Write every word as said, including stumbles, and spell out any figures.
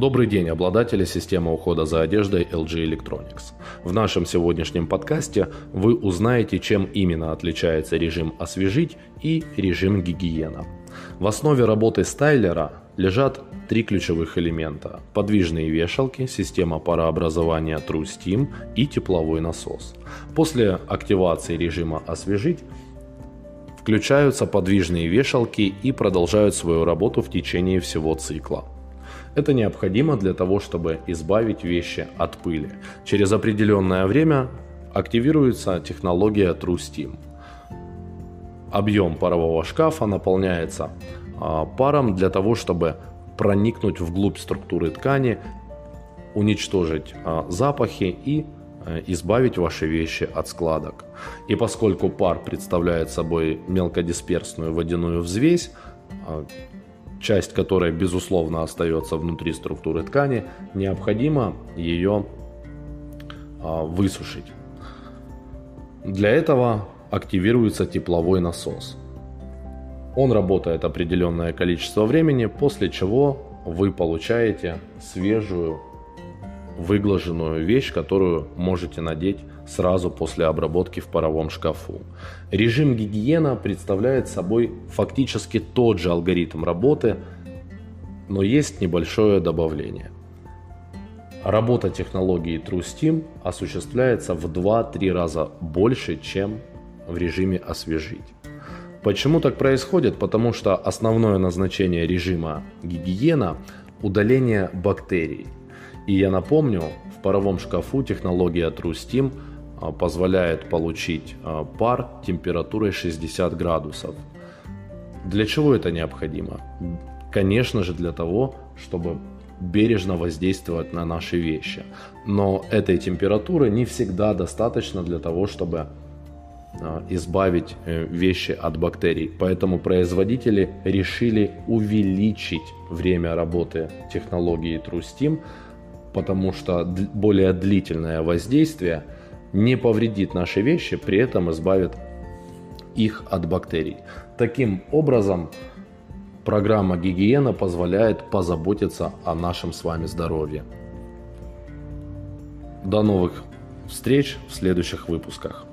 Добрый день, обладатели системы ухода за одеждой эл джи Electronics. В нашем сегодняшнем подкасте вы узнаете, чем именно отличается режим «Освежить» и режим «Гигиена». В основе работы стайлера лежат три ключевых элемента: подвижные вешалки, система парообразования True Steam и тепловой насос. После активации режима «Освежить» включаются подвижные вешалки и продолжают свою работу в течение всего цикла. Это необходимо для того, чтобы избавить вещи от пыли. Через определенное время активируется технология True Steam. Объем парового шкафа наполняется а, паром для того, чтобы проникнуть вглубь структуры ткани, уничтожить а, запахи и а, избавить ваши вещи от складок. И поскольку пар представляет собой мелкодисперсную водяную взвесь, а, часть которой безусловно остается внутри структуры ткани, необходимо ее а, высушить. Для этого активируется тепловой насос. Он работает определенное количество времени, после чего вы получаете свежую выглаженную вещь, которую можете надеть сразу после обработки в паровом шкафу. Режим «Гигиена» представляет собой фактически тот же алгоритм работы, но есть небольшое добавление. Работа технологии True Steam осуществляется в два-три раза больше, чем в режиме «Освежить». Почему так происходит? Потому что основное назначение режима «Гигиена» – удаление бактерий. И я напомню, в паровом шкафу технология True Steam позволяет получить пар температурой шестьдесят градусов. Для чего это необходимо? Конечно же, для того, чтобы бережно воздействовать на наши вещи. Но этой температуры не всегда достаточно для того, чтобы избавить вещи от бактерий. Поэтому производители решили увеличить время работы технологии True Steam, потому что более длительное воздействие не повредит наши вещи, при этом избавит их от бактерий. Таким образом, программа «Гигиена» позволяет позаботиться о нашем с вами здоровье. До новых встреч в следующих выпусках.